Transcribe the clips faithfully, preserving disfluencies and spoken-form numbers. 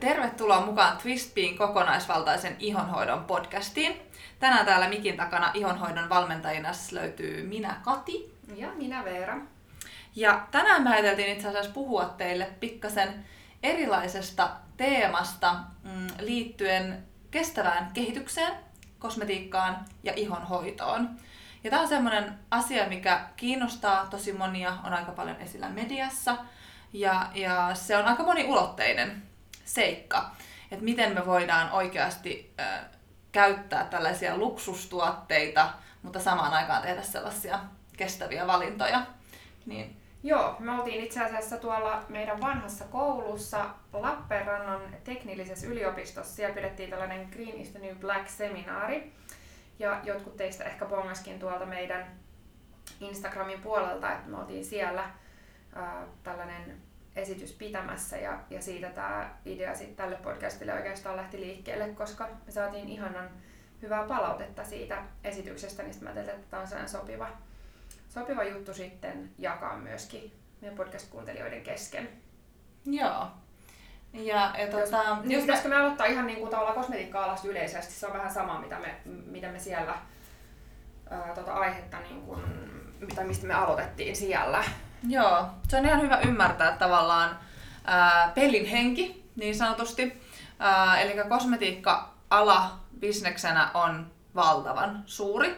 Tervetuloa mukaan Twistbeen kokonaisvaltaisen ihonhoidon podcastiin. Tänään täällä mikin takana ihonhoidon valmentajina löytyy minä Kati. Ja minä Veera. Ja tänään me ajateltiin itse asiassa puhua teille pikkasen erilaisesta teemasta mm, liittyen kestävään kehitykseen, kosmetiikkaan ja ihonhoitoon. Ja tämä on semmoinen asia, mikä kiinnostaa tosi monia, on aika paljon esillä mediassa. Ja, ja se on aika moniulotteinen seikka, että miten me voidaan oikeasti äh, käyttää tällaisia luksustuotteita, mutta samaan aikaan tehdä sellaisia kestäviä valintoja. Niin. Joo, me oltiin itse asiassa tuolla meidän vanhassa koulussa Lappeenrannan teknillisessä yliopistossa. Siellä pidettiin tällainen Green is the New Black-seminaari. Ja jotkut teistä ehkä bongaskin tuolta meidän Instagramin puolelta, että me oltiin siellä ää, tällainen esitys pitämässä ja, ja siitä tämä idea sitten tälle podcastille oikeastaan lähti liikkeelle, koska me saatiin ihanan hyvää palautetta siitä esityksestä, niin mä ajattelin, että tämä on sellainen sopiva, sopiva juttu sitten jakaa myöskin meidän podcast-kuuntelijoiden kesken. Joo. Ja, ja jos, tota, niin jos pitäisikö me aloittaa ihan niin kuin tavallaan kosmetiikka-alasta yleisesti, se on vähän sama, mitä me, mitä me siellä ää, tota aihetta, niin kuin, mitä, mistä me aloitettiin siellä. Joo, se on ihan hyvä ymmärtää tavallaan ää, pelin henki niin sanotusti. Ää, eli kosmetiikka-ala bisneksenä on valtavan suuri.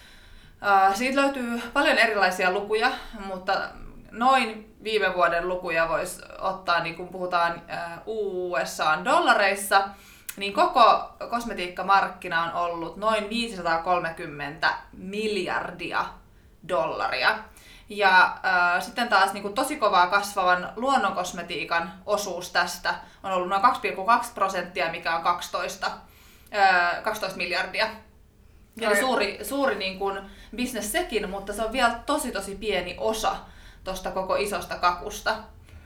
Ää, siitä löytyy paljon erilaisia lukuja, mutta noin viime vuoden lukuja voisi ottaa, niin kun puhutaan U S A-dollareissa, niin koko kosmetiikkamarkkina on ollut noin viisisataakolmekymmentä miljardia dollaria. Ja äh, sitten taas niin kun tosi kovaa kasvavan luonnonkosmetiikan osuus tästä on ollut noin kaksi pilkku kaksi prosenttia, mikä on kaksitoista, äh, kaksitoista miljardia. Eli suuri, suuri niin kun business sekin, mutta se on vielä tosi tosi pieni osa tuosta koko isosta kakusta.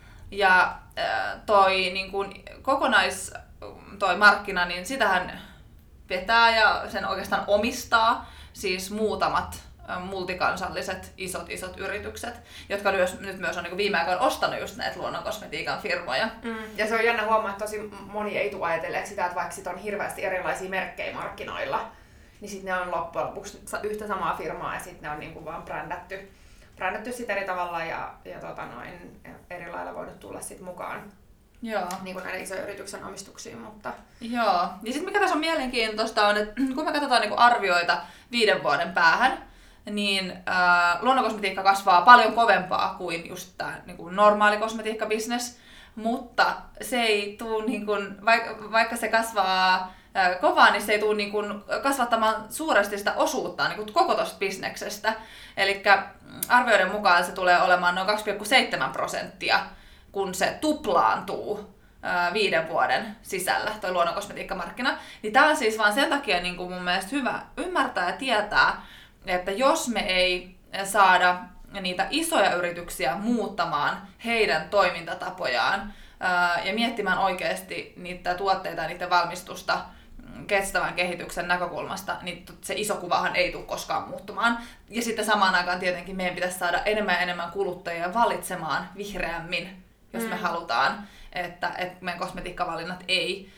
Ja toi niin kun kokonais toi markkina, niin sitähän vetää ja sen oikeastaan omistaa siis muutamat multikansalliset isot isot yritykset, jotka myös, nyt myös on niin viime aikoina ostanut just näitä luonnonkosmetiikan firmoja. Mm. Ja se on jännä huomaa, että tosi moni ei tule ajatelleeksi sitä, että vaikka sit on hirveästi erilaisia merkkejä markkinoilla, niin sitten ne on loppujen lopuksi yhtä samaa firmaa ja sitten ne on niin kuin vaan brändätty. brändätty sit eri tavalla ja, ja tota noin, eri lailla voinut tulla sit mukaan. Joo. Niin kuin näiden isojen yrityksen omistuksiin, mutta... Joo. Ja sitten mikä tässä on mielenkiintoista on, että kun me katsotaan niinku arvioita viiden vuoden päähän, niin äh, luonnonkosmetiikka kasvaa paljon kovempaa kuin just tämä niinku normaali kosmetiikkabisnes, mutta se ei tuu, niinku, vaikka, vaikka se kasvaa kovaa, niin se ei tule niin kuin kasvattamaan suuresti sitä osuutta niin kuin koko tuosta bisneksestä. Eli arvioiden mukaan se tulee olemaan noin kaksi pilkku seitsemän prosenttia, kun se tuplaantuu ää, viiden vuoden sisällä, toi luonnonkosmetiikkamarkkina. Niin tämä on siis vaan sen takia niin kuin mun mielestä hyvä ymmärtää ja tietää, että jos me ei saada niitä isoja yrityksiä muuttamaan heidän toimintatapojaan ää, ja miettimään oikeasti niitä tuotteita ja niiden valmistusta kestävän kehityksen näkökulmasta, niin se iso kuvahan ei tule koskaan muuttumaan. Ja sitten samaan aikaan tietenkin meidän pitäisi saada enemmän ja enemmän kuluttajia valitsemaan vihreämmin, jos mm. me halutaan, että, että meidän kosmetiikkavalinnat ei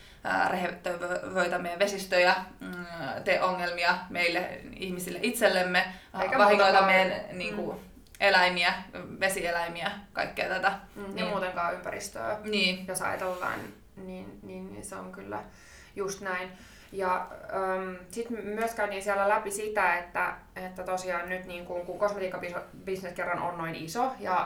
rehevöitä meidän vesistöjä, tee ongelmia meille ihmisille itsellemme, eikä vahingoita meidän niin kuin, mm. eläimiä, vesieläimiä, kaikkea tätä. Mm, ja niin. muutenkaan ympäristöä, niin. jos ajatellaan, niin, niin, niin se on kyllä just näin. Ja ähm, sitten myös käytiin siellä läpi sitä, että, että tosiaan nyt niin kun, kun kosmetiikkabisnes kerran on noin iso ja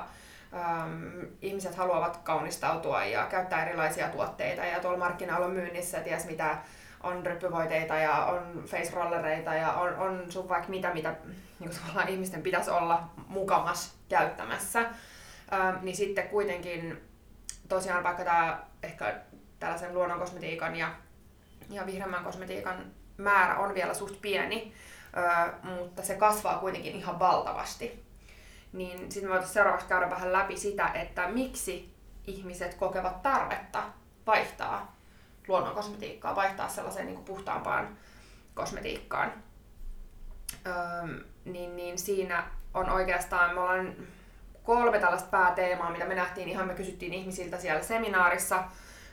ähm, ihmiset haluavat kaunistautua ja käyttää erilaisia tuotteita ja tuolla markkinoilla on myynnissä ties mitä, on ryppyvoiteita ja on face rollereita ja on, on sun vaikka mitä, mitä niin tavallaan ihmisten pitäisi olla mukamas käyttämässä. Ähm, niin sitten kuitenkin tosiaan vaikka tämä ehkä tällaisen luonnonkosmetiikan ja ja vihreämmän kosmetiikan määrä on vielä suht pieni, öö, mutta se kasvaa kuitenkin ihan valtavasti. Niin sitten me voitaisiin seuraavaksi käydä vähän läpi sitä, että miksi ihmiset kokevat tarvetta vaihtaa luonnonkosmetiikkaa, vaihtaa sellaiseen niin kuin puhtaampaan kosmetiikkaan. Öö, niin, niin siinä on oikeastaan, me ollaan kolme tällaista pääteemaa, mitä me nähtiin, ihan me kysyttiin ihmisiltä siellä seminaarissa,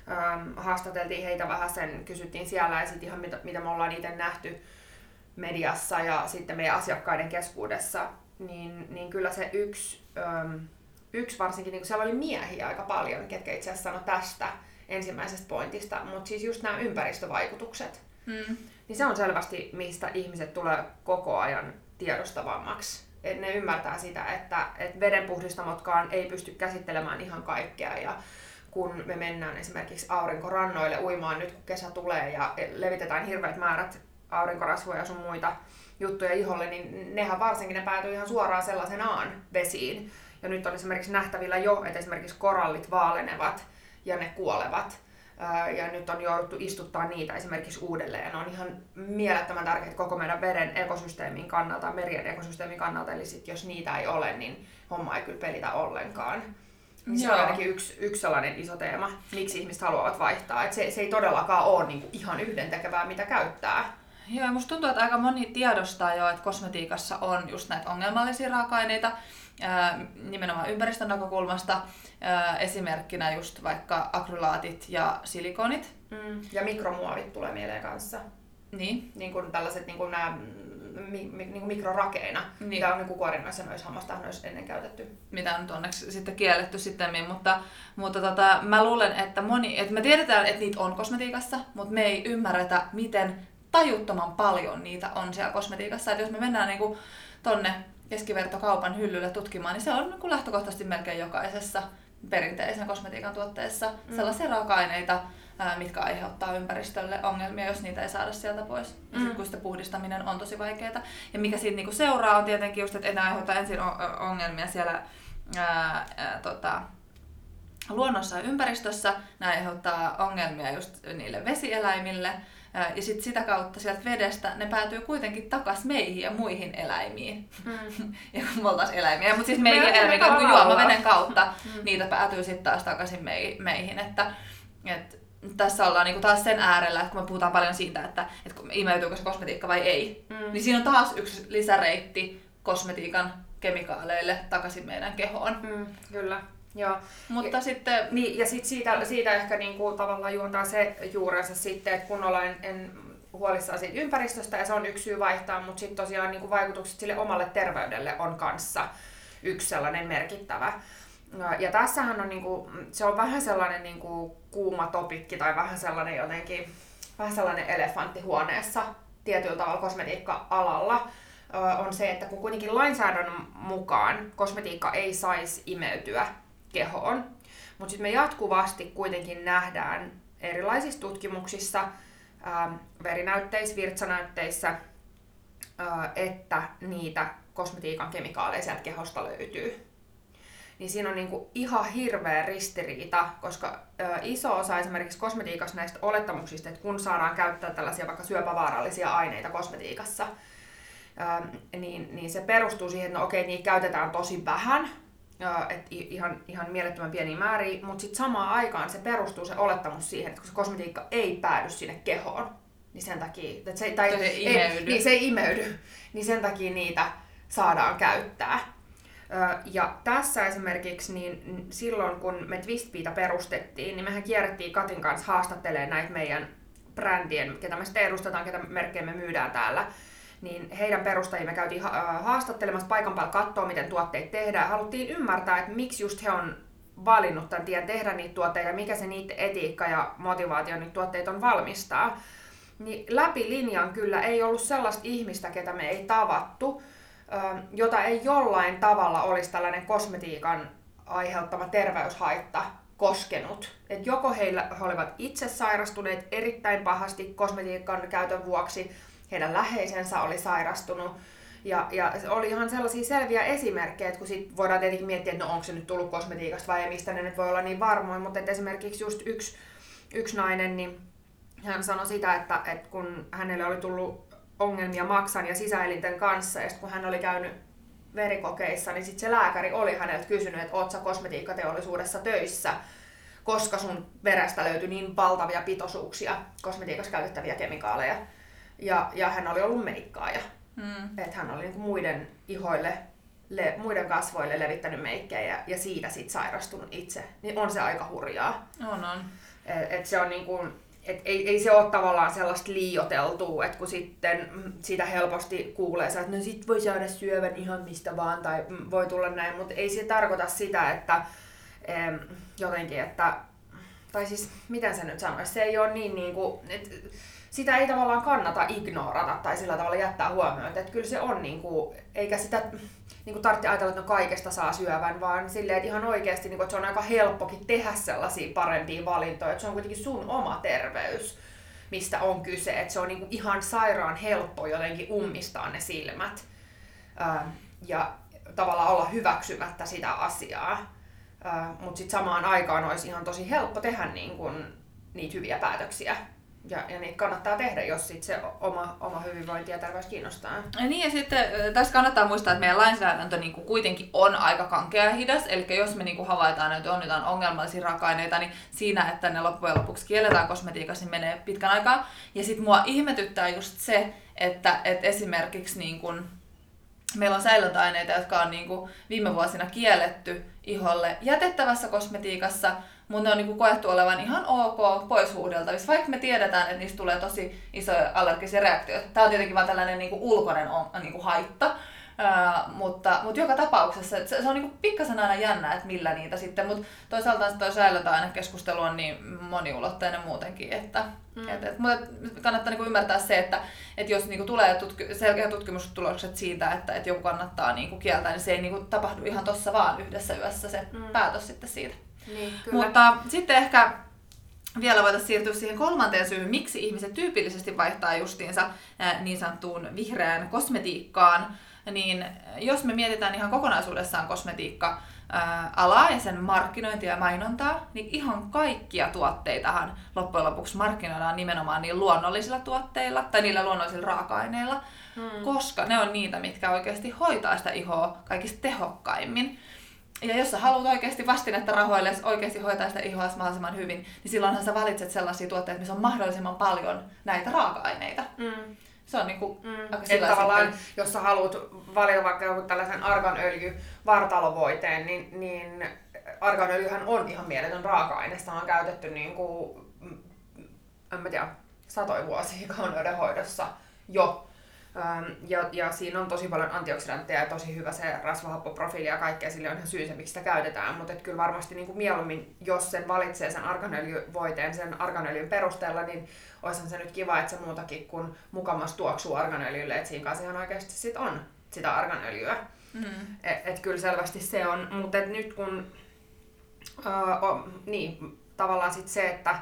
Ähm, haastateltiin heitä vähän sen, kysyttiin siellä ja sitten ihan mitä, mitä me ollaan itse nähty mediassa ja sitten meidän asiakkaiden keskuudessa, niin, niin kyllä se yksi, ähm, yksi varsinkin, niin siellä oli miehiä aika paljon, ketkä itse asiassa sanoi tästä ensimmäisestä pointista, mutta siis just nämä ympäristövaikutukset, mm. niin se on selvästi, mistä ihmiset tulee koko ajan tiedostavammaksi. Et ne ymmärtää sitä, että et vedenpuhdistamotkaan ei pysty käsittelemään ihan kaikkea ja kun me mennään esimerkiksi aurinkorannoille uimaan nyt kun kesä tulee ja levitetään hirveät määrät aurinkorasvoja ja sun muita juttuja iholle, niin nehän varsinkin ne päätyy ihan suoraan sellaisenaan vesiin. Ja nyt on esimerkiksi nähtävillä jo, että esimerkiksi korallit vaalenevat ja ne kuolevat. Ja nyt on jouduttu istuttaa niitä esimerkiksi uudelleen. Ne on ihan mielettömän tärkeitä koko meidän veden ekosysteemin kannalta, merien ekosysteemin kannalta. Eli sit jos niitä ei ole, niin homma ei kyllä pelitä ollenkaan. Niin se on ainakin yksi, yksi sellainen iso teema, miksi ihmiset haluavat vaihtaa. Et se, se ei todellakaan ole niinku ihan yhdentekevää, mitä käyttää. Joo, musta tuntuu, että aika moni tiedostaa jo, että kosmetiikassa on just näitä ongelmallisia raaka-aineita, ää, nimenomaan ympäristön näkökulmasta, ää, esimerkkinä just vaikka akrylaatit ja silikonit. Mm. Ja mikromuovit tulee mieleen kanssa. Niin. Niin kuin tällaiset niin kuin nämä mi, mi, niin kuin mikrorakeina, niin. mitä on niin kuin kuorinoissa ja noissa hammastarhoissa ennen käytetty. Mitä on nyt onneksi sitten kielletty sitten, mutta, mutta tota, mä luulen, että moni, että me tiedetään, että niitä on kosmetiikassa, mutta me ei ymmärretä, miten tajuttoman paljon niitä on siellä kosmetiikassa. Että jos me mennään niinku tonne keskivertokaupan hyllylle tutkimaan, niin se on niinku lähtökohtaisesti melkein jokaisessa perinteisen kosmetiikan tuotteessa mm. sellaisia raaka-aineita, ää, mitkä aiheuttaa ympäristölle ongelmia, jos niitä ei saada sieltä pois. Ja mm. sit, kun sitä puhdistaminen on tosi vaikeaa. Ja mikä siitä niinku seuraa on tietenkin just, että enää aiheuta ensin ongelmia siellä ää, ää, tota, luonnossa ja ympäristössä. Nämä aiheuttaa ongelmia just niille vesieläimille. Ja sit sitä kautta sieltä vedestä ne päätyy kuitenkin takas meihin ja muihin eläimiin. Mm. ja kun me oltais eläimiä, mutta siis meihin eläimiin kun juomaveden kautta mm. niitä päätyy sitten taas takaisin meihin. Että, et, tässä ollaan niinku taas sen äärellä, että kun me puhutaan paljon siitä, että et imeytyykö se kosmetiikka vai ei, mm. niin siinä on taas yksi lisäreitti kosmetiikan kemikaaleille takaisin meidän kehoon. Mm, kyllä. Joo. Mutta ja, sitten... Niin, ja sit siitä, siitä ehkä niinku tavallaan juontaa se juurensa sitten, että kun ollaan en huolissaan siitä ympäristöstä ja se on yksi syy vaihtaa, mutta sitten tosiaan niinku vaikutukset sille omalle terveydelle on kanssa yksi sellainen merkittävä. Ja tässähän on niinku, se on vähän sellainen niinku kuuma topikki tai vähän sellainen jotenkin, vähän sellainen elefantti huoneessa tietyllä tavalla kosmetiikka-alalla. On se, että kun kuitenkin lainsäädännön mukaan kosmetiikka ei saisi imeytyä kehoon, mutta sitten me jatkuvasti kuitenkin nähdään erilaisissa tutkimuksissa, ää, verinäytteissä, virtsanäytteissä, ää, että niitä kosmetiikan kemikaaleja sieltä kehosta löytyy. Niin siinä on niinku ihan hirveä ristiriita, koska ää, iso osa esimerkiksi kosmetiikassa näistä olettamuksista, että kun saadaan käyttää tällaisia vaikka syöpävaarallisia aineita kosmetiikassa, ää, niin, niin se perustuu siihen, että no okei, niitä käytetään tosi vähän, et ihan, ihan mielettömän pieniä määriä, mutta sitten samaan aikaan se perustuu se olettamus siihen, että kun se kosmetiikka ei päädy sinne kehoon, niin sen takia, että se, tai, se ei imeydy. Ei, niin se ei imeydy, niin sen takia niitä saadaan käyttää. Ja tässä esimerkiksi niin silloin, kun me Twistbeata perustettiin, niin mehän kierrettiin Katin kanssa haastattelemaan näitä meidän brändien, ketä me sitten edustetaan, ketä merkkejä me myydään täällä, niin heidän perustajia me käytiin haastattelemassa paikan päällä katsoa, miten tuotteita tehdään. Haluttiin ymmärtää, että miksi just he on valinnut tämän tien tehdä niitä tuotteita ja mikä se niiden etiikka ja motivaatio niitä tuotteita on valmistaa. Niin läpi linjan kyllä ei ollut sellaista ihmistä, ketä me ei tavattu, jota ei jollain tavalla olisi tällainen kosmetiikan aiheuttama terveyshaitta koskenut. Et joko heillä, he olivat itse sairastuneet erittäin pahasti kosmetiikan käytön vuoksi, heidän läheisensä oli sairastunut. Ja, ja oli ihan sellaisia selviä esimerkkejä, että kun sit voidaan tietenkin miettiä, että no onko se nyt tullut kosmetiikasta vai mistä ne nyt voi olla niin varmoin, mutta että esimerkiksi just yksi, yksi nainen, niin hän sanoi sitä, että, että kun hänelle oli tullut ongelmia maksan ja sisäelinten kanssa, ja kun hän oli käynyt verikokeissa, niin sitten se lääkäri oli häneltä kysynyt, että oot sä kosmetiikkateollisuudessa töissä, koska sun verestä löytyi niin valtavia pitoisuuksia kosmetiikassa käytettäviä kemikaaleja. Ja, ja hän oli ollut meikkaaja. Mm. Että hän oli niinku muiden ihoille, le, muiden kasvoille levittänyt meikkejä ja siitä sit sairastunut itse. Niin on se aika hurjaa. On, on. Et, et se on niin kuin, et ei, ei se ole tavallaan sellaista liioiteltua, että kun sitten sitä helposti kuulee, että no sit voi saada syövän ihan mistä vaan tai voi tulla näin, mutta ei se tarkoita sitä, että em, jotenkin, että, tai siis miten se nyt sanoisi, se ei ole niin niin kuin, että sitä ei tavallaan kannata ignorata tai sillä tavalla jättää huomioon, että kyllä se on niin kuin, eikä sitä niin kuin tarvitse ajatella, että no kaikesta saa syövän, vaan silleen, että ihan oikeasti niin kuin, että se on aika helppokin tehdä sellaisia parempia valintoja, että se on kuitenkin sun oma terveys, mistä on kyse, että se on niin kuin ihan sairaan helppo jotenkin ummistaa ne silmät ää, ja tavallaan olla hyväksymättä sitä asiaa, mutta sitten samaan aikaan olisi ihan tosi helppo tehdä niin kuin, niitä hyviä päätöksiä. Ja, ja niitä kannattaa tehdä, jos sit se oma, oma hyvinvointi ja terveys kiinnostaa. Ja niin, ja sitten tässä kannattaa muistaa, että meidän lainsäädäntö niin kuin kuitenkin on aika kankea ja hidas. Eli jos me niin kuin havaitaan, että on jotain ongelmallisia raaka-aineita, niin siinä, että ne loppujen lopuksi kielletään kosmetiikassa, niin menee pitkän aikaa. Ja sitten mua ihmetyttää just se, että, että esimerkiksi niin kuin meillä on säilöntäaineita, jotka on niin kuin viime vuosina kielletty iholle jätettävässä kosmetiikassa, mutta ne on niinku koettu olevan ihan ok pois huuhdeltavissa, vaikka me tiedetään, että niistä tulee tosi isoja allergisia reaktioita. Tämä on tietenkin vain tällainen niinku ulkoinen on, niinku haitta, Ää, mutta, mutta joka tapauksessa se, se on niinku pikkasen aina jännä, että millä niitä sitten, mutta toisaalta tuo säilöntäainekeskustelu on niin moniulotteinen muutenkin, että mm. et, et, mutta kannattaa niinku ymmärtää se, että et jos niinku tulee tutki, selkeä tutkimustulokset siitä, että et joku kannattaa niinku kieltää, niin se ei niinku tapahdu ihan tossa vaan yhdessä yössä se mm. päätös sitten siitä. Niin, kyllä. Mutta sitten ehkä vielä voitaisiin siirtyä siihen kolmanteen syyhyn, miksi ihmiset tyypillisesti vaihtaa justiinsa niin sanottuun vihreään kosmetiikkaan. Niin jos me mietitään ihan kokonaisuudessaan kosmetiikka-alaa ja sen markkinointia ja mainontaa, niin ihan kaikkia tuotteitahan loppujen lopuksi markkinoidaan nimenomaan niillä luonnollisilla tuotteilla tai niillä luonnollisilla raaka-aineilla, hmm. koska ne on niitä, mitkä oikeasti hoitaa sitä ihoa kaikista tehokkaimmin. Ja jos sä haluat oikeasti vastinetta rahoille, jos oikeasti hoitaa sitä ihoa mahdollisimman hyvin, niin silloinhan sä valitset sellaisia tuotteita, missä on mahdollisimman paljon näitä raaka-aineita. Mm. Se on niinku mm. aika sillä tavallaan, jos sä haluat valita vaikka joku tällaisen arganöljy vartalovoiteen, niin, niin arganöljyhän on ihan mieletön raaka-aine. Sitä on käytetty niinku, en mä tiedä, satoja vuosia kauneudenhoidossa jo. Ja, ja siinä on tosi paljon antioksidantteja ja tosi hyvä se rasvahappoprofiili ja kaikkea, sille on ihan syy se, miksi sitä käytetään. Mutta kyllä varmasti niin kuin mieluummin, jos sen valitsee sen arganöljyvoiteen sen arganöljyn perusteella, niin olisihan se nyt kiva, että se muutakin kuin mukamas tuoksuu arganöljylle, että siinä kanssa ihan oikeasti sit on sitä arganöljyä. Mm. Et, et kyllä selvästi se on, mutta nyt kun, uh, o, niin, tavallaan sit se, että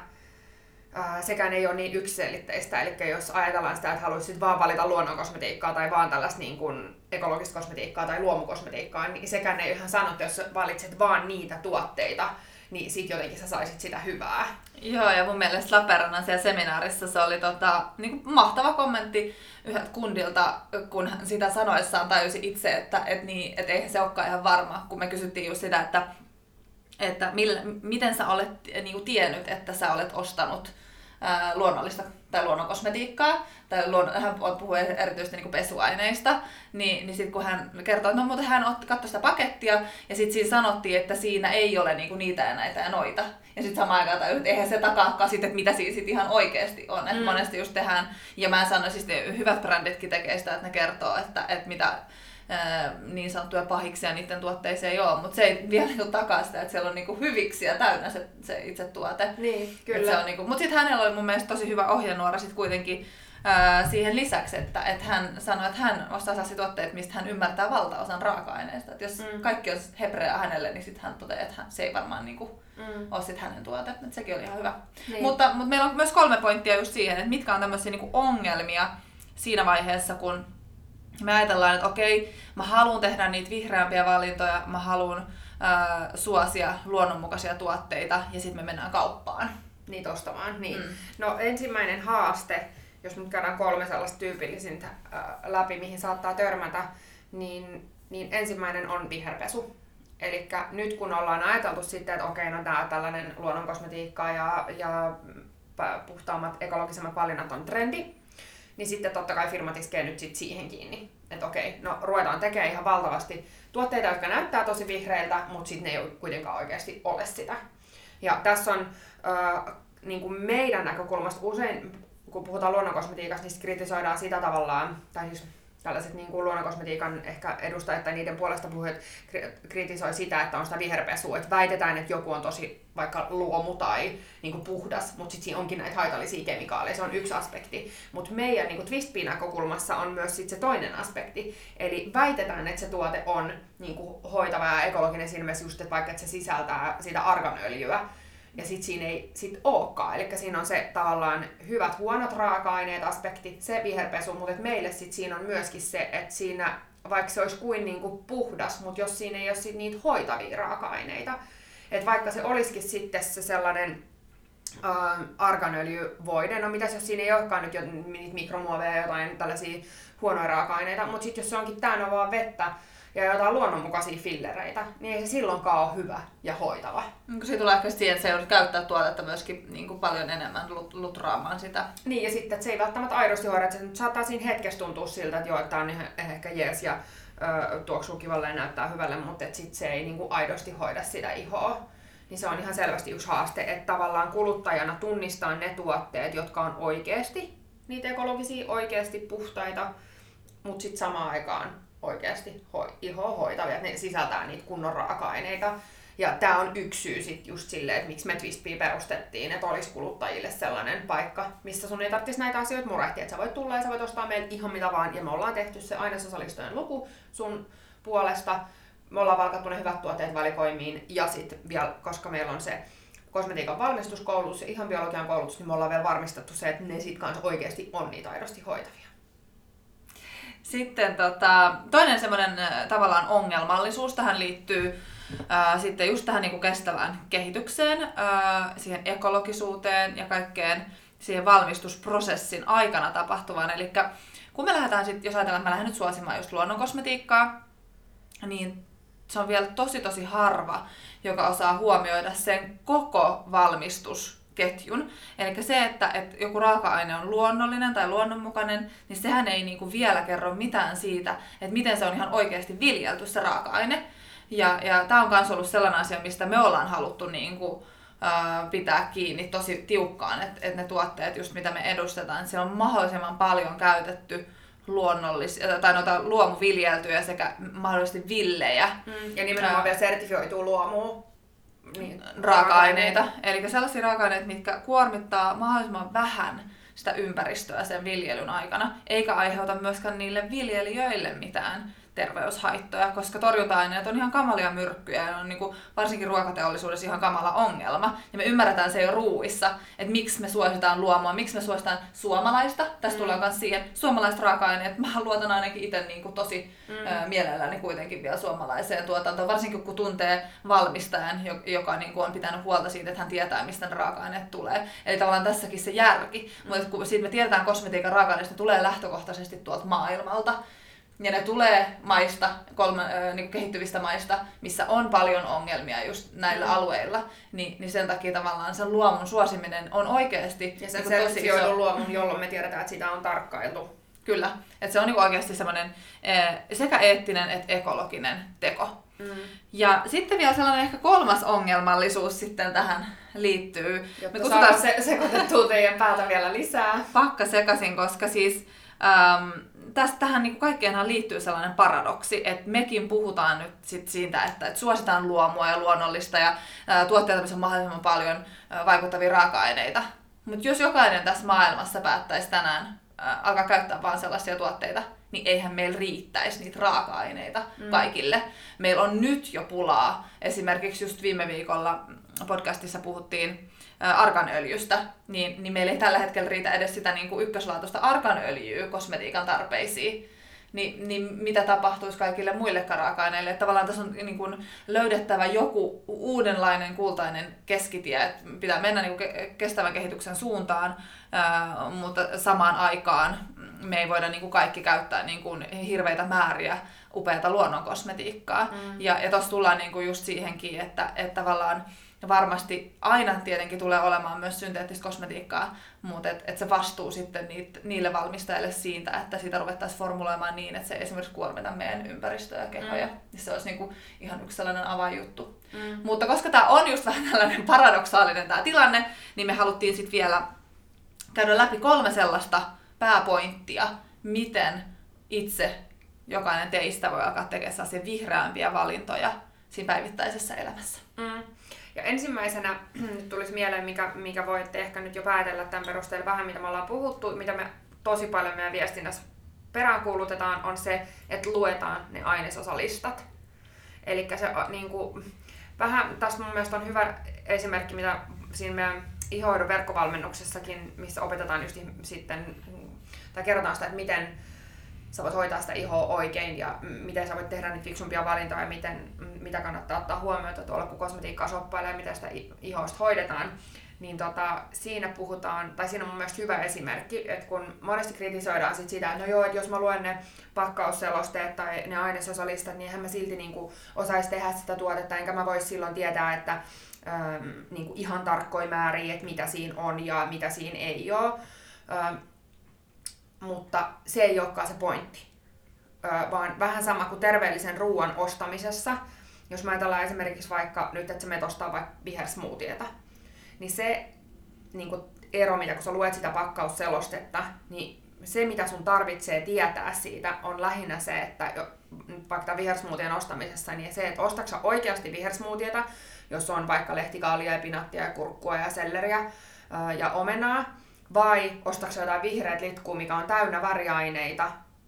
sekään ei ole niin yksiselitteistä, eli jos ajatellaan sitä, että haluaisit vaan valita luonnonkosmetiikkaa tai vaan tällaista niin kuin ekologista kosmetiikkaa tai luomukosmetiikkaa, niin sekään ei ole ihan sanottu, jos valitset vaan niitä tuotteita, niin sit jotenkin sä saisit sitä hyvää. Joo, ja mun mielestä Lappeenrannan siellä seminaarissa se oli tota, niin kuin mahtava kommentti yhdeltä kundilta, kun hän sitä sanoissaan tajusi itse, että et niin, et eihän se olekaan ihan varma, kun me kysyttiin just sitä, että että millä, miten sä olet niin kuin tiennyt, että sä olet ostanut ää, luonnollista tai luonnonkosmetiikkaa, tai luon, hän puhui erityisesti niin kuin pesuaineista, niin, niin sitten kun hän kertoi, että no, mutta hän otti, katsoi sitä pakettia, ja sitten siinä sanottiin, että siinä ei ole niin kuin niitä ja näitä ja noita. Ja sitten samaan aikaan tajut, että eihän se takaakaan sitten, että mitä siinä sitten ihan oikeasti on. Mm. Että monesti just tehdään, ja mä sanoisin, että hyvät bränditkin tekee sitä, että ne kertoo, että, että mitä niin sanottuja pahiksia niiden tuotteisiin ei ole, mutta se ei vielä niinku takaa sitä, että siellä on niinku hyviksiä täynnä se, se itse tuote. Niin, kyllä. Se niinku, mutta sitten hänellä oli mun mielestä tosi hyvä ohjenuora sit kuitenkin ää, siihen lisäksi, että et hän sanoi, että hän ostaa sellaisia tuotteita, mistä hän ymmärtää valtaosan raaka-aineista. Et jos mm. kaikki on hebreaa hänelle, niin sitten hän toteaa, että hän, se ei varmaan niinku mm. ole sit hänen tuote. Et sekin oli ihan hyvä. Niin. Mutta, mutta meillä on myös kolme pointtia just siihen, että mitkä on tämmöisiä niinku ongelmia siinä vaiheessa, kun me ajatellaan, että okei, mä haluan tehdä niitä vihreämpiä valintoja, mä haluan ää, suosia luonnonmukaisia tuotteita ja sitten me mennään kauppaan. Niitä ostamaan, niin. Mm. No ensimmäinen haaste, jos nyt käydään kolme sellaista tyypillisintä ää, läpi, mihin saattaa törmätä, niin, niin ensimmäinen on viherpesu. Eli nyt kun ollaan ajateltu sitten, että okei, no tää tällainen luonnonkosmetiikka ja, ja puhtaammat, ekologisemmat valinnat on trendi, niin sitten totta kai firmat iskee nyt sit siihen kiinni. Että okei, no ruvetaan tekemään ihan valtavasti tuotteita, jotka näyttää tosi vihreiltä, mutta sitten ne ei kuitenkaan oikeasti ole sitä. Ja tässä on äh, niin kuin meidän näkökulmasta usein, kun puhutaan luonnonkosmetiikasta, niin kritisoidaan sitä tavallaan, tai siis tällaiset niin kuin luonnonkosmetiikan ehkä edustajat tai niiden puolesta puhujat kritisoi sitä, että on sitä viherpesua, että väitetään, että joku on tosi vaikka luomu tai niin kuin puhdas, mutta sitten siinä onkin näitä haitallisia kemikaaleja, se on yksi aspekti. Mutta meidän niin kuin Twistbee-näkökulmassa on myös sit se toinen aspekti, eli väitetään, että se tuote on niin kuin hoitava ja ekologinen siinä mielessä just, että vaikka että se sisältää sitä arganöljyä, ja sitten siinä ei sit olekaan. Eli siinä on se tavallaan hyvät, huonot raaka-aineet aspekti, se viherpesu, mutta meille sit siinä on myöskin se, että siinä, vaikka se olisi kuin niinku puhdas, mutta jos siinä ei ole sit niitä hoitavia raaka-aineita, että vaikka se olisikin sitten se sellainen äh, arganöljyvoide, no mitäs jos siinä ei olekaan nyt jo niitä mikromuoveja ja jotain tällaisia huonoja raaka-aineita, mutta sitten jos se onkin täynnä vaan vettä, ja jotain luonnonmukaisia fillereitä, niin ei se silloinkaan ole hyvä ja hoitava. Siitä tulee ehkä siihen, että se joudut käyttää tuotetta myöskin niin kuin paljon enemmän lutraamaan sitä. Niin, ja sitten, että se ei välttämättä aidosti hoida, että se nyt saattaa siinä hetkessä tuntua siltä, että joo, että tämä on ehkä jees ja ö, tuoksuu kivalle ja näyttää hyvälle, mutta sitten se ei niin kuin aidosti hoida sitä ihoa. Niin se on ihan selvästi yksi haaste, että tavallaan kuluttajana tunnistaa ne tuotteet, jotka on oikeasti niitä ekologisia, oikeasti puhtaita, mutta sitten samaan aikaan oikeasti ho- ihoa hoitavia, että ne sisältää niitä kunnon raaka-aineita. Ja tää on yksi syy sit just silleen, että miksi me Twistbee perustettiin, että olisi kuluttajille sellainen paikka, missä sun ei tarvitsisi näitä asioita murehtia, että sä voit tulla ja sä voit ostaa meiltä ihan mitä vaan, ja me ollaan tehty se ainesosalistojen luku sun puolesta, me ollaan valkattu ne hyvät tuotteet valikoimiin, ja sit vielä, koska meillä on se kosmetiikan valmistuskoulutus ja ihan biologian koulutus, niin me ollaan vielä varmistettu se, että ne sit kans oikeasti on niitä aidosti hoitavia. Sitten tota, toinen semmoinen äh, tavallaan ongelmallisuus tähän liittyy äh, sitten just tähän niin kuin kestävään kehitykseen, äh, siihen ekologisuuteen ja kaikkeen siihen valmistusprosessin aikana tapahtuvaan. Eli kun me lähdetään sitten, jos ajatellaan, että mä lähden nyt suosimaan just luonnonkosmetiikkaa, niin se on vielä tosi tosi harva, joka osaa huomioida sen koko valmistus ketjun. Eli se, että, että joku raaka-aine on luonnollinen tai luonnonmukainen, niin sehän ei niinku vielä kerro mitään siitä, että miten se on ihan oikeasti viljelty se raaka-aine. Ja, ja tämä on myös ollut sellainen asia, mistä me ollaan haluttu niinku, ää, pitää kiinni tosi tiukkaan, että, että ne tuotteet, just mitä me edustetaan, että siellä on mahdollisimman paljon käytetty luonnollisia tai noita luomuviljeltyjä sekä mahdollisesti villejä. Mm. Ja nimenomaan ää, vielä sertifioituu luomua. Niin, raaka-aineita. Eli sellaisia raaka-aineita, mitkä kuormittaa mahdollisimman vähän sitä ympäristöä sen viljelyn aikana, eikä aiheuta myöskään niille viljelijöille mitään terveyshaittoja, koska torjunta-aineet on ihan kamalia myrkkyjä ja on niin kuin varsinkin ruokateollisuudessa ihan kamala ongelma. Ja me ymmärretään se jo ruuissa, että miksi me suositaan luomua, miksi me suositaan suomalaista. Tässä mm. tulee myös siihen suomalaiset raaka-aineet. Mä luotan ainakin itse niin kuin tosi mm. ä, mielelläni kuitenkin vielä suomalaiseen tuotantoon, varsinkin kun tuntee valmistajan, joka niin kuin on pitänyt huolta siitä, että hän tietää, mistä ne raaka-aineet tulee. Eli tavallaan tässäkin se järki. Mm. Mutta kun siitä me tiedetään kosmetiikan raaka-aineista, ne tulee lähtökohtaisesti tuolta maailmalta. Ja ne tulee maista, kolme, äh, niin kehittyvistä maista, missä on paljon ongelmia just näillä mm. alueilla, niin, niin sen takia tavallaan sen luomun suosiminen on oikeasti ja sen niin tosi iso luomun, jolloin me tiedetään, että sitä on tarkkailtu. Kyllä, että se on niin oikeasti semmoinen äh, sekä eettinen että ekologinen teko. Mm. Ja sitten vielä sellainen ehkä kolmas ongelmallisuus sitten tähän liittyy. Jotta me saadaan se, sekoitettua teidän päätä vielä lisää. Pakka sekaisin, koska siis ähm, tästä tähän niin kaikkeenhan liittyy sellainen paradoksi, että mekin puhutaan nyt sit siitä, että, että suositaan luomua ja luonnollista ja ää, tuotteita, missä on mahdollisimman paljon ää, vaikuttavia raaka-aineita. Mutta jos jokainen tässä maailmassa päättäisi tänään ää, alkaa käyttää vain sellaisia tuotteita, niin eihän meillä riittäisi niitä raaka-aineita mm. kaikille. Meillä on nyt jo pulaa. Esimerkiksi just viime viikolla podcastissa puhuttiin arganöljystä, niin, niin meillä ei tällä hetkellä riitä edes sitä niin kuin ykköslaatuista arganöljyä kosmetiikan tarpeisiin. Ni, niin mitä tapahtuisi kaikille muille raaka-aineille? Että tavallaan tässä on niin kuin löydettävä joku uudenlainen kultainen keskitie, että pitää mennä niin kuin kestävän kehityksen suuntaan, ää, mutta samaan aikaan me ei voida niin kuin kaikki käyttää niin kuin hirveitä määriä upeata luonnonkosmetiikkaa. Mm. Ja, ja tuossa tullaan niin kuin just siihenkin, että, että tavallaan Ja varmasti aina tietenkin tulee olemaan myös synteettistä kosmetiikkaa, mutta et, et se vastuu sitten niit, niille valmistajille siitä, että sitä ruvettaisiin formuloimaan niin, että se ei esimerkiksi kuormita meidän ympäristöä ja kehoja. Mm. Se olisi niinku ihan yksi sellainen avainjuttu. Mm. Mutta koska tämä on just vähän tällainen paradoksaalinen tämä tilanne, niin me haluttiin sitten vielä käydä läpi kolme sellaista pääpointtia, miten itse jokainen teistä voi alkaa tekemään sellaisia vihreämpiä valintoja siinä päivittäisessä elämässä. Mm. Ja ensimmäisenä nyt tulisi mieleen, mikä, mikä voitte ehkä nyt jo päätellä tämän perusteella vähän, mitä me ollaan puhuttu, mitä me tosi paljon meidän viestinnässä peräänkuulutetaan, on se, että luetaan ne ainesosalistat. Eli se niin kuin, vähän, tästä mun mielestä on hyvä esimerkki, mitä siinä meidän ihohoidon verkkovalmennuksessakin, missä opetetaan just sitten, tai kerrotaan sitä, että miten sä voit hoitaa sitä ihoa oikein ja miten sä voit tehdä niitä fiksumpia valintoja ja miten, mitä kannattaa ottaa huomioon tuolla, kun kosmetiikkaa shoppailee ja miten sitä ihosta hoidetaan. Niin tota, siinä puhutaan, tai siinä on mun mielestä hyvä esimerkki, että kun monesti kritisoidaan sit sitä, että no joo, että jos mä luen ne pakkausselosteet tai ne ainesosalistat, niin eihän mä silti niinku osaisi tehdä sitä tuotetta, enkä mä vois silloin tietää, että ähm, niinku ihan tarkkoja määriä, että mitä siinä on ja mitä siinä ei ole. Ähm, Mutta se ei olekaan se pointti, öö, vaan vähän sama kuin terveellisen ruoan ostamisessa. Jos mä ajatellaan esimerkiksi vaikka nyt, että sä menet ostaa vaikka vihersmoothieta, niin se niin kun ero, mitä kun sä luet sitä pakkausselostetta, niin se mitä sun tarvitsee tietää siitä on lähinnä se, että vaikka tämän vihersmoothien ostamisessa, niin se, että ostatko sä oikeasti vihersmoothieta, jos on vaikka lehtikaalia ja pinattia ja kurkkua ja selleriä öö, ja omenaa, vai ostatko jotain vihreät litkua, mikä on täynnä väriaineita,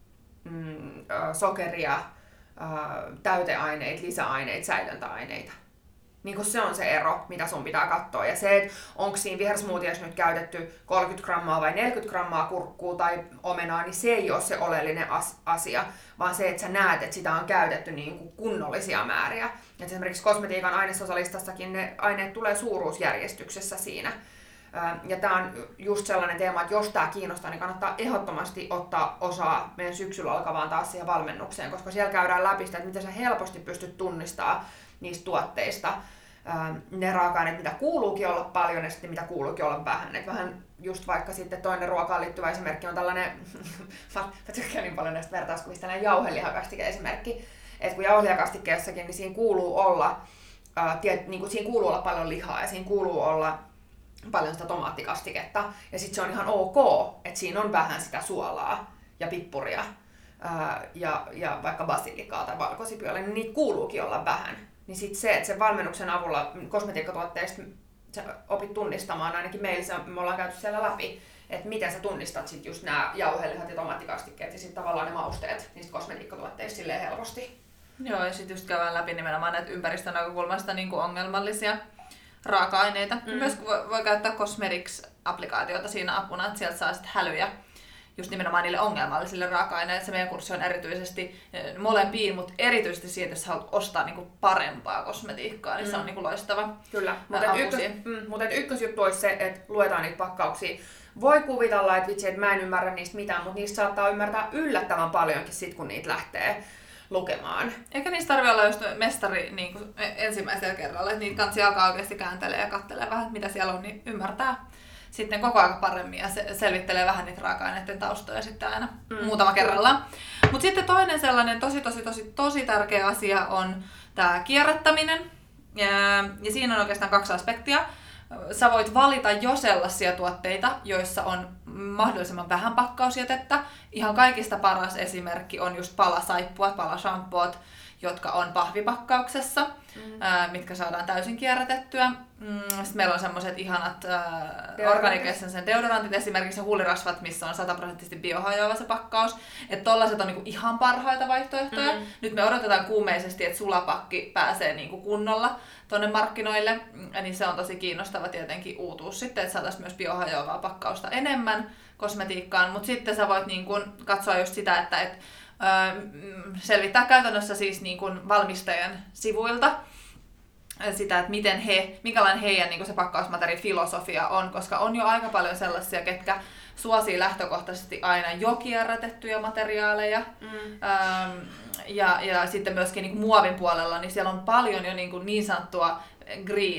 mm, sokeria, täyteaineita, lisäaineita, säilöntäaineita. Niin kun se on se ero, mitä sun pitää katsoa. Ja se, että onko siinä vihersmoothiessa nyt käytetty kolmekymmentä grammaa vai neljäkymmentä grammaa kurkkua tai omenaa, niin se ei ole se oleellinen asia, vaan se, että sä näet, että sitä on käytetty niin kuin kunnollisia määriä. Et esimerkiksi kosmetiikan ainesosalistassakin ne aineet tulee suuruusjärjestyksessä siinä. Ja tämä on just sellainen teema, että jos tämä kiinnostaa, niin kannattaa ehdottomasti ottaa osaa meidän syksyllä alkavaan taas siihen valmennukseen, koska siellä käydään läpi sitä, että miten sä helposti pystyt tunnistamaan niistä tuotteista ne raaka-aineet, mitä kuuluukin olla paljon ja sitten mitä kuuluukin olla vähän. Et vähän just vaikka sitten toinen ruokaan liittyvä esimerkki on tällainen, mä tykkään niin paljon näistä vertauskuvista, tällainen jauhelihakastike-esimerkki, että kun jauhelihakastikkeessakin, niin siinä kuuluu olla, ää, tiet, niin kuin siinä kuuluu olla paljon lihaa ja siinä kuuluu olla paljon sitä tomaattikastiketta, ja sitten se on ihan ok, että siinä on vähän sitä suolaa ja pippuria ää, ja, ja vaikka basilikaa tai valkosipiolia, niin niitä kuuluukin olla vähän. Niin sitten se, että sen valmennuksen avulla kosmetiikkatuotteista sä opit tunnistamaan, ainakin meillä se, me ollaan käyty siellä läpi, että miten sä tunnistat sit just nämä jauhelihat ja tomaattikastikkeet ja sitten tavallaan ne mausteet niistä kosmetiikkatuotteista silleen helposti. Joo, ja sitten just käydään läpi nimenomaan näitä ympäristön näkökulmasta niin kuin ongelmallisia raaka-aineita. Mm. Myös voi, voi käyttää Cosmetics-applikaatiota siinä apuna, että sieltä saa sitten hälyjä just nimenomaan niille ongelmallisille raaka-aineille. Se meidän kurssi on erityisesti molempiin, mutta erityisesti siitä, jos haluat ostaa niinku parempaa kosmetiikkaa, niin mm. se on niinku loistava. Kyllä, mutta ykkös, mm, mut ykkösjuttu olisi se, että luetaan niitä pakkauksia. Voi kuvitella, että vitsi, että mä en ymmärrä niistä mitään, mutta niistä saattaa ymmärtää yllättävän paljonkin sit, kun niitä lähtee lukemaan. Eikä niistä tarvitse olla just mestari niin kuin ensimmäisellä kerralla, että niitä kansi alkaa oikeasti kääntelee ja kattelee vähän, mitä siellä on, niin ymmärtää sitten koko ajan paremmin ja se selvittelee vähän niitä raaka-aineiden taustoja sitten aina mm. muutama kerrallaan. Mutta sitten toinen sellainen tosi tosi tosi tosi tärkeä asia on tämä kierrättäminen. Ja, ja siinä on oikeastaan kaksi aspektia. Sä voit valita jo sellaisia tuotteita, joissa on mahdollisimman vähän pakkausjätettä. Ihan kaikista paras esimerkki on just palasaippuat, palashampoot, jotka on pahvipakkauksessa, mm. ää, mitkä saadaan täysin kierrätettyä. Mm, sitten meillä on semmoiset ihanat Organic Essence deodorantit, esimerkiksi huulirasvat, missä on sataprosenttisesti biohajoava se pakkaus. Että tollaiset on niinku ihan parhaita vaihtoehtoja. Mm. Nyt me odotetaan kuumeisesti, että sulapakki pääsee niinku kunnolla tonne markkinoille, niin se on tosi kiinnostava tietenkin uutuus sitten, että saataisiin myös biohajoavaa pakkausta enemmän kosmetiikkaan. Mutta sitten sä voit niinku katsoa just sitä, että et, selvittää käytännössä siis niin kuin valmistajan sivuilta sitä, että miten he, minkälainen heidän niin kuin se pakkausmateriaalifilosofia on, koska on jo aika paljon sellaisia, ketkä suosii lähtökohtaisesti aina jo kierrätettyjä materiaaleja. Mm. Ähm, ja, ja sitten myöskin niin kuin muovin puolella, niin siellä on paljon jo niin, kuin niin sanottua green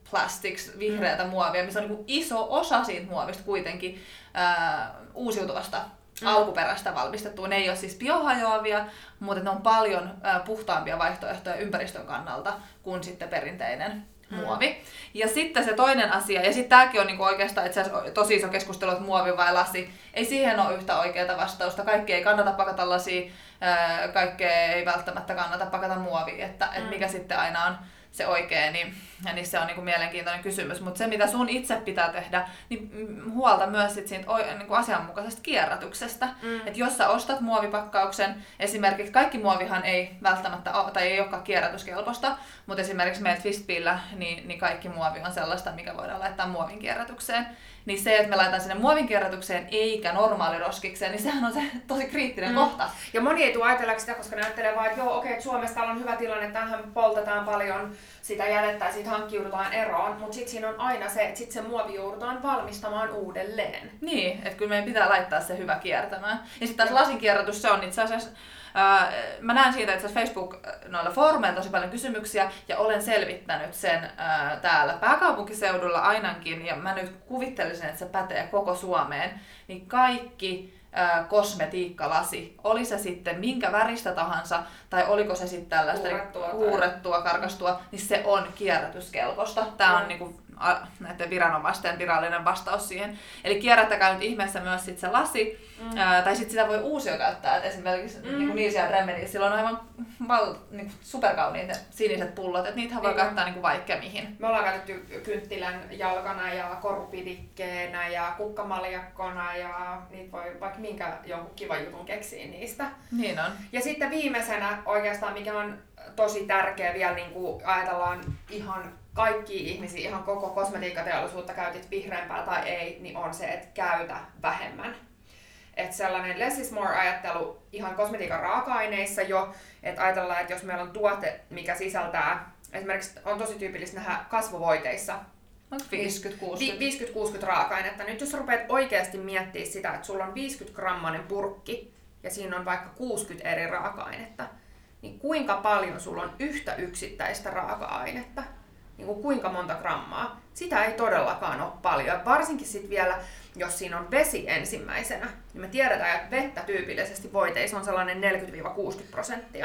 plastics, vihreätä mm. muovia, missä on niin kuin iso osa siitä muovista kuitenkin ää, uusiutuvasta mm. alkuperäistä valmistettua. Ne ei ole siis biohajoavia, mutta ne on paljon ää, puhtaampia vaihtoehtoja ympäristön kannalta kuin sitten perinteinen mm. muovi. Ja sitten se toinen asia, ja sitten tämäkin on niinku oikeastaan itse asiassa tosi iso keskustelu, että muovi vai lasi. Ei siihen ole yhtä oikeaa vastausta. Kaikki ei kannata pakata lasia, kaikkea ei välttämättä kannata pakata muovia, että mm. et mikä sitten aina on se oikea, niin, niin se on niinku mielenkiintoinen kysymys. Mutta se, mitä sun itse pitää tehdä, niin huolta myös sit siitä niinku asianmukaisesta kierrätyksestä. Mm. Että jos sä ostat muovipakkauksen, esimerkiksi kaikki muovihan ei välttämättä ole, tai ei olekaan kierrätyskelpoista, mutta esimerkiksi meillä Twistbillä, niin, niin kaikki muovi on sellaista, mikä voidaan laittaa muovin kierrätykseen. Niin se, että me laitetaan sinne muovin kierrätykseen eikä normaaliroskikseen, niin sehän on se tosi kriittinen mm. kohta. Ja moni ei tule ajatelleeksi sitä, koska ne ajattelee vaan, että joo, okei, että Suomessa täällä on hyvä tilanne, tähän poltetaan paljon sitä jätettä ja siitä hankkiudutaan eroon, mutta sitten siinä on aina se, että sit se muovi joudutaan valmistamaan uudelleen. Niin, että kyllä meidän pitää laittaa se hyvä kiertämään. Ja sitten taas lasin kierrätys, se on itse asiassa, ää, mä näen siitä itse asiassa Facebook noilla foorumeilla tosi paljon kysymyksiä ja olen selvittänyt sen ää, täällä pääkaupunkiseudulla ainakin, ja mä nyt kuvittelisin, että se pätee koko Suomeen, niin kaikki kosmetiikkalasi, oli se sitten minkä väristä tahansa, tai oliko se sitten tällaista huurettua, huurettua karkastua, niin se on kierrätyskelpoista. Tämä on niinku näiden viranomaisten virallinen vastaus siihen. Eli kierrättäkää nyt ihmeessä myös sit se lasi, mm. ää, tai sitten sitä voi uusiokäyttää. Et esimerkiksi mm. niinku Niisian Remedies, sillä on aivan val, niinku superkauniit ne siniset pullot, että niitähän voi käyttää niinku vaikka mihin. Me ollaan käytetty kynttilän jalkana ja korupidikkeenä ja kukkamaljakkona ja niitä voi vaikka minkä jonkun kivan jutun keksiä niistä. Niin on. Ja sitten viimeisenä oikeastaan, mikä on tosi tärkeä vielä, niin kuin ajatellaan ihan kaikki ihmisiä, ihan koko kosmetiikkateollisuutta, käytit vihreämpää tai ei, niin on se, että käytä vähemmän. Että sellainen less is more -ajattelu ihan kosmetiikan raaka-aineissa jo, että ajatellaan, että jos meillä on tuote, mikä sisältää, esimerkiksi on tosi tyypillistä nähdä kasvovoiteissa, viisikymmentä kuusikymmentä raaka-ainetta. Nyt jos rupeat oikeasti miettimään sitä, että sulla on viisikymmentä grammanen purkki ja siinä on vaikka kuusikymmentä eri raaka-ainetta, niin kuinka paljon sulla on yhtä yksittäistä raaka-ainetta? Niin kuin kuinka monta grammaa? Sitä ei todellakaan ole paljon. Varsinkin sit vielä, jos siinä on vesi ensimmäisenä, niin me tiedetään, että vettä tyypillisesti voiteissa on sellainen neljäkymmentä kuusikymmentä prosenttia.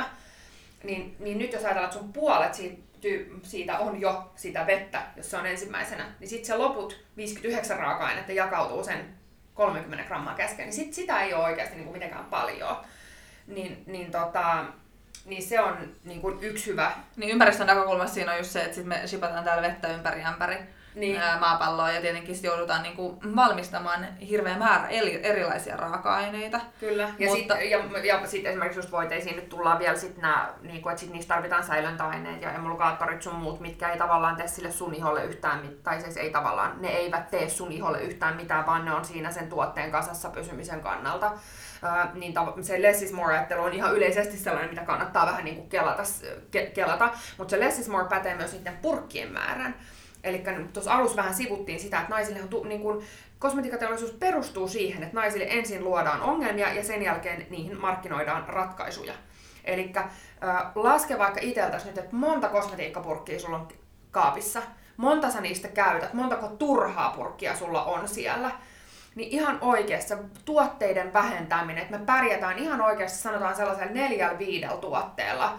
Niin, niin nyt jos ajatellaan, että sun puolet siitä, siitä on jo sitä vettä, jos se on ensimmäisenä, niin sitten se loput viisikymmentäyhdeksän raaka-ainetta jakautuu sen kolmekymmentä grammaa kesken, niin sit sitä ei ole oikeasti niin kuin mitenkään paljon. Niin, niin tota... Niin se on niin kuin yksi hyvä. Niin ympäristön näkökulmasta siinä on just se, että sit me shipataan täällä vettä ympäri ämpäri niin. maapalloa ja tietenkin joudutaan niin kuin valmistamaan hirveä määrä erilaisia raaka-aineita. Kyllä. Ja Mutta... sitten ja, ja sit esimerkiksi just voiteisiin nyt tullaan vielä sit nää, niin kuin, että sit niistä tarvitaan säilöntäaineet ja emulgaattorit sun muut, mitkä ei tavallaan tee sille sun iholle yhtään mitään. Tai siis ei tavallaan, ne eivät tee sun iholle yhtään mitään, vaan ne on siinä sen tuotteen kasassa pysymisen kannalta. Uh, niin tav- se less is more -ajattelu on ihan yleisesti sellainen, mitä kannattaa vähän niin kuin kelata, ke- kelata. Mutta se less is more pätee myös niiden purkkien määrän. Eli tuossa alussa vähän sivuttiin sitä, että naisillehan tu- niin kuin kosmetiikkateollisuus perustuu siihen, että naisille ensin luodaan ongelmia ja sen jälkeen niihin markkinoidaan ratkaisuja. Eli uh, laske vaikka itseltäsi nyt, että monta kosmetiikkapurkkia sulla on kaapissa, monta sä niistä käytät, montako turhaa purkkia sulla on siellä. Niin ihan oikeasti tuotteiden vähentäminen, että me pärjätään ihan oikeasti, sanotaan sellaisella neljällä viidellä tuotteella,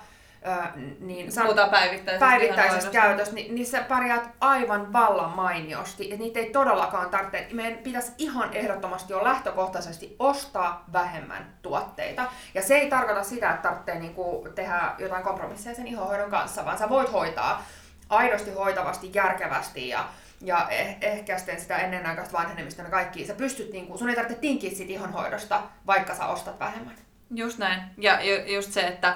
niin puhutaan päivittäisestä, päivittäisestä käytöstä, niin, niin sä pärjäät aivan vallan mainiosti. Et niitä ei todellakaan tarvitse. Meidän pitäisi ihan ehdottomasti jo lähtökohtaisesti ostaa vähemmän tuotteita. Ja se ei tarkoita sitä, että tarvitsee niinku tehdä jotain kompromisseja sen ihohoidon kanssa, vaan sä voit hoitaa aidosti, hoitavasti, järkevästi ja ja eh- ehkäisten sitä ennenaikaista vanhenemista ja kaikki. Sä pystyt, niinku, sun ei tarvitse tinkiä siitä ihonhoidosta, vaikka sä ostat vähemmän. Just näin. Ja just se, että,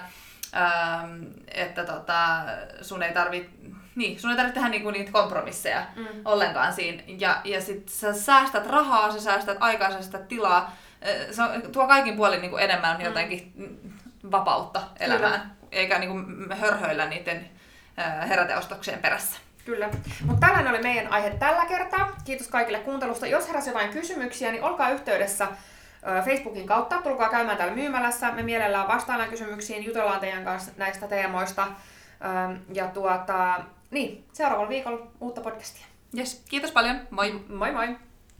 ähm, että tota, sun ei tarvitse niin, sun ei tarvitse tehdä niinku niitä kompromisseja mm. ollenkaan siinä. Ja, ja sit sä säästät rahaa, sä säästät aikaa, sä säästät tilaa. Se tuo kaikin puolin niinku enemmän mm. jotenkin vapautta elämään, Kyllä. eikä niinku hörhöillä niiden heräteostoksien perässä. Kyllä. Mutta tällainen oli meidän aihe tällä kertaa. Kiitos kaikille kuuntelusta. Jos heräsi jotain kysymyksiä, niin olkaa yhteydessä Facebookin kautta. Tulkaa käymään täällä myymälässä. Me mielellään vastaillaan kysymyksiin, jutellaan teidän kanssa näistä teemoista. Ja tuota, niin, seuraavalla viikolla uutta podcastia. Yes, kiitos paljon. Moi! Moi moi!